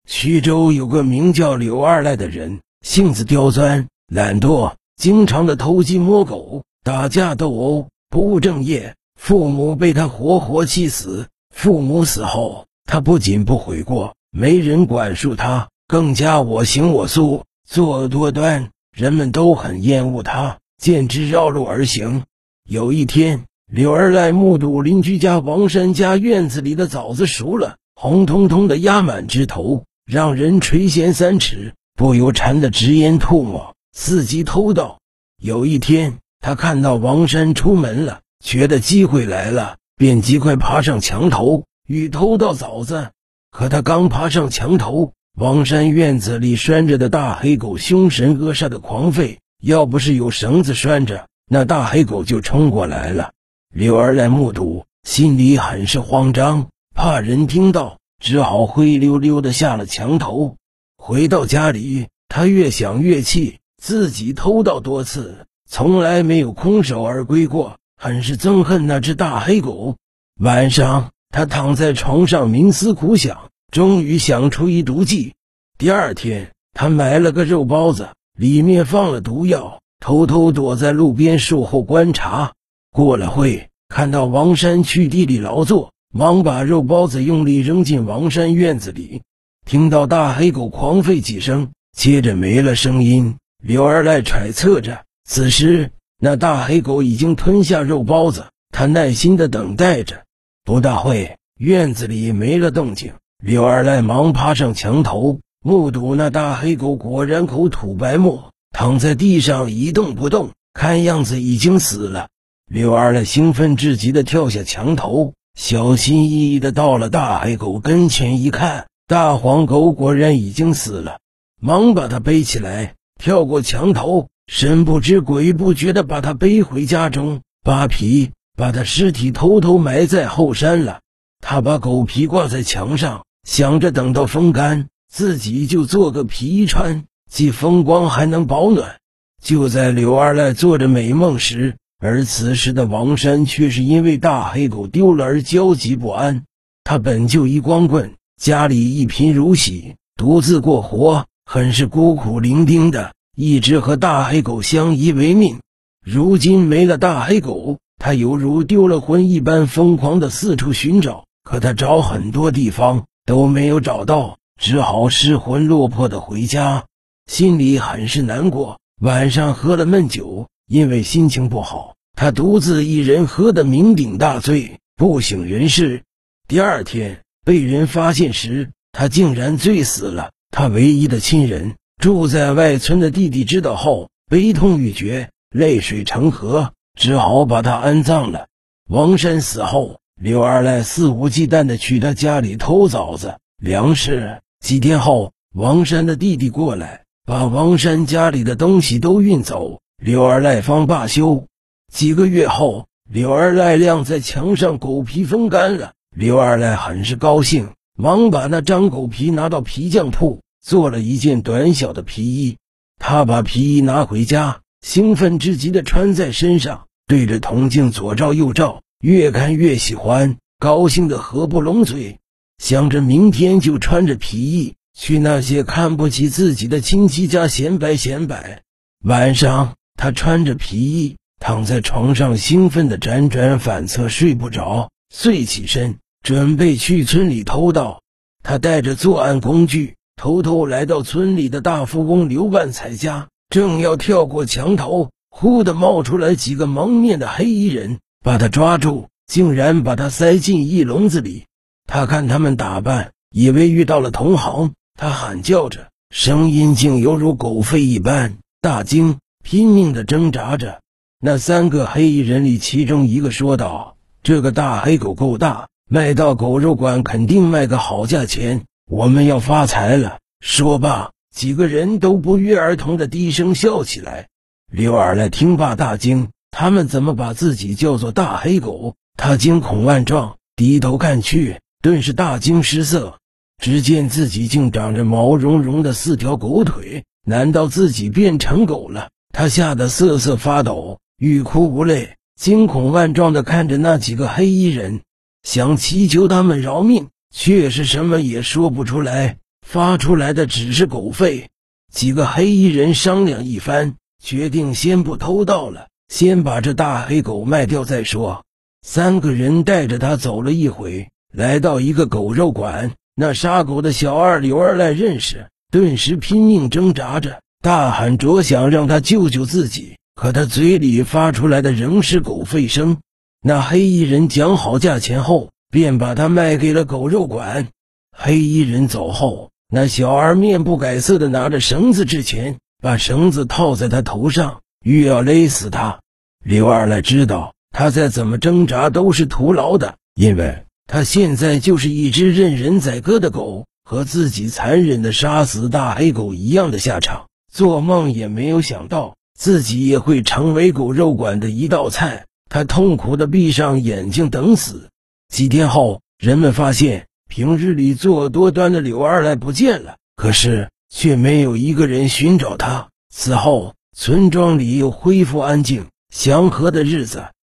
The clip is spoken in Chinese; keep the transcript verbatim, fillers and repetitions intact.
徐州有个名叫柳二赖的人，性子刁钻懒惰，经常的偷鸡摸狗，打架斗殴，不务正业，父母被他活活气死。父母死后，他不仅不悔过，没人管束他，更加我行我素，作恶多端，人们都很厌恶他，见之绕路而行。有一天，柳二赖目睹邻居家王山家院子里的枣子熟了，红彤彤的压满枝头，让人垂涎三尺，不由馋得直咽唾沫，伺机偷盗。有一天，他看到王山出门了，觉得机会来了，便极快爬上墙头，欲偷盗枣子。可他刚爬上墙头，王山院子里拴着的大黑狗凶神恶煞的狂吠，要不是有绳子拴着，那大黑狗就冲过来了。柳二赖目睹，心里很是慌张，怕人听到，只好灰溜溜地下了墙头。回到家里，他越想越气，自己偷盗多次，从来没有空手而归过，很是憎恨那只大黑狗。晚上，他躺在床上冥思苦想，终于想出一毒计。第二天，他买了个肉包子，里面放了毒药，偷偷躲在路边树后观察。过了会，看到王山去地里劳作，忙把肉包子用力扔进王山院子里。听到大黑狗狂吠几声，接着没了声音。柳二赖揣测着，此时那大黑狗已经吞下肉包子，他耐心地等待着。不大会，院子里没了动静，柳二赖忙爬上墙头，目睹那大黑狗果然口吐白沫，躺在地上一动不动，看样子已经死了。柳二赖兴奋至极地跳下墙头，小心翼翼地到了大黑狗跟前一看，大黄狗果然已经死了，忙把它背起来，跳过墙头，神不知鬼不觉地把它背回家中，扒皮，把它尸体偷偷埋在后山了。他把狗皮挂在墙上，想着等到风干，自己就做个皮衣穿，既风光还能保暖。就在柳二赖做着美梦时，而此时的王山却是因为大黑狗丢了而焦急不安。他本就一光棍，家里一贫如洗，独自过活，很是孤苦伶仃的，一直和大黑狗相依为命。如今没了大黑狗，他犹如丢了魂一般，疯狂的四处寻找，可他找很多地方都没有找到，只好失魂落魄的回家，心里很是难过。晚上喝了闷酒，因为心情不好，他独自一人喝得酩酊大醉，不省人事。第二天被人发现时，他竟然醉死了。他唯一的亲人住在外村的弟弟知道后，悲痛欲绝，泪水成河，只好把他安葬了。王山死后，柳二赖肆无忌惮地去他家里偷枣子、粮食。几天后，王山的弟弟过来，把王山家里的东西都运走，柳二赖方罢休。几个月后，柳二赖晾在墙上狗皮风干了，柳二赖很是高兴，忙把那张狗皮拿到皮匠铺，做了一件短小的皮衣。他把皮衣拿回家，兴奋至极地穿在身上，对着铜镜左照右照，越看越喜欢，高兴得合不拢嘴，想着明天就穿着皮衣去那些看不起自己的亲戚家显摆显摆。晚上，他穿着皮衣躺在床上，兴奋地辗转反侧，睡不着，遂起身准备去村里偷盗。他带着作案工具，偷偷来到村里的大富翁刘万才家，正要跳过墙头，忽地冒出来几个蒙面的黑衣人，把他抓住，竟然把他塞进一笼子里。他看他们打扮，以为遇到了同行，他喊叫着，声音竟犹如狗吠一般，大惊，拼命地挣扎着。那三个黑衣人里，其中一个说道：“这个大黑狗够大，卖到狗肉馆肯定卖个好价钱，我们要发财了。”说罢，几个人都不约而同地低声笑起来。刘二赖听罢大惊，他们怎么把自己叫做大黑狗？他惊恐万状，低头看去，顿时大惊失色，只见自己竟长着毛茸茸的四条狗腿，难道自己变成狗了？他吓得瑟瑟发抖，欲哭无泪，惊恐万状地看着那几个黑衣人，想祈求他们饶命，却是什么也说不出来。 发出来的只是狗吠。几个黑衣人商量一番，决定先不偷盗了，先把这大黑狗卖掉再说。三个人带着他走了一回，来到一个狗肉馆。那杀狗的小二刘二赖认识，顿时拼命挣扎着，大喊着想让他救救自己，可他嘴里发出来的仍是狗吠声。那黑衣人讲好价钱后，便把他卖给了狗肉馆。黑衣人走后，那小二面不改色地拿着绳子至前，把绳子套在他头上，欲要勒死他。刘二赖知道他再怎么挣扎都是徒劳的，因为他现在就是一只任人宰割的狗，和自己残忍地杀死大黑狗一样的下场。做梦也没有想到自己也会成为狗肉馆的一道菜。他痛苦地闭上眼睛等死。几天后，人们发现平日里作恶多端的柳二赖不见了，可是却没有一个人寻找他。此后，村庄里又恢复安静祥和的日子。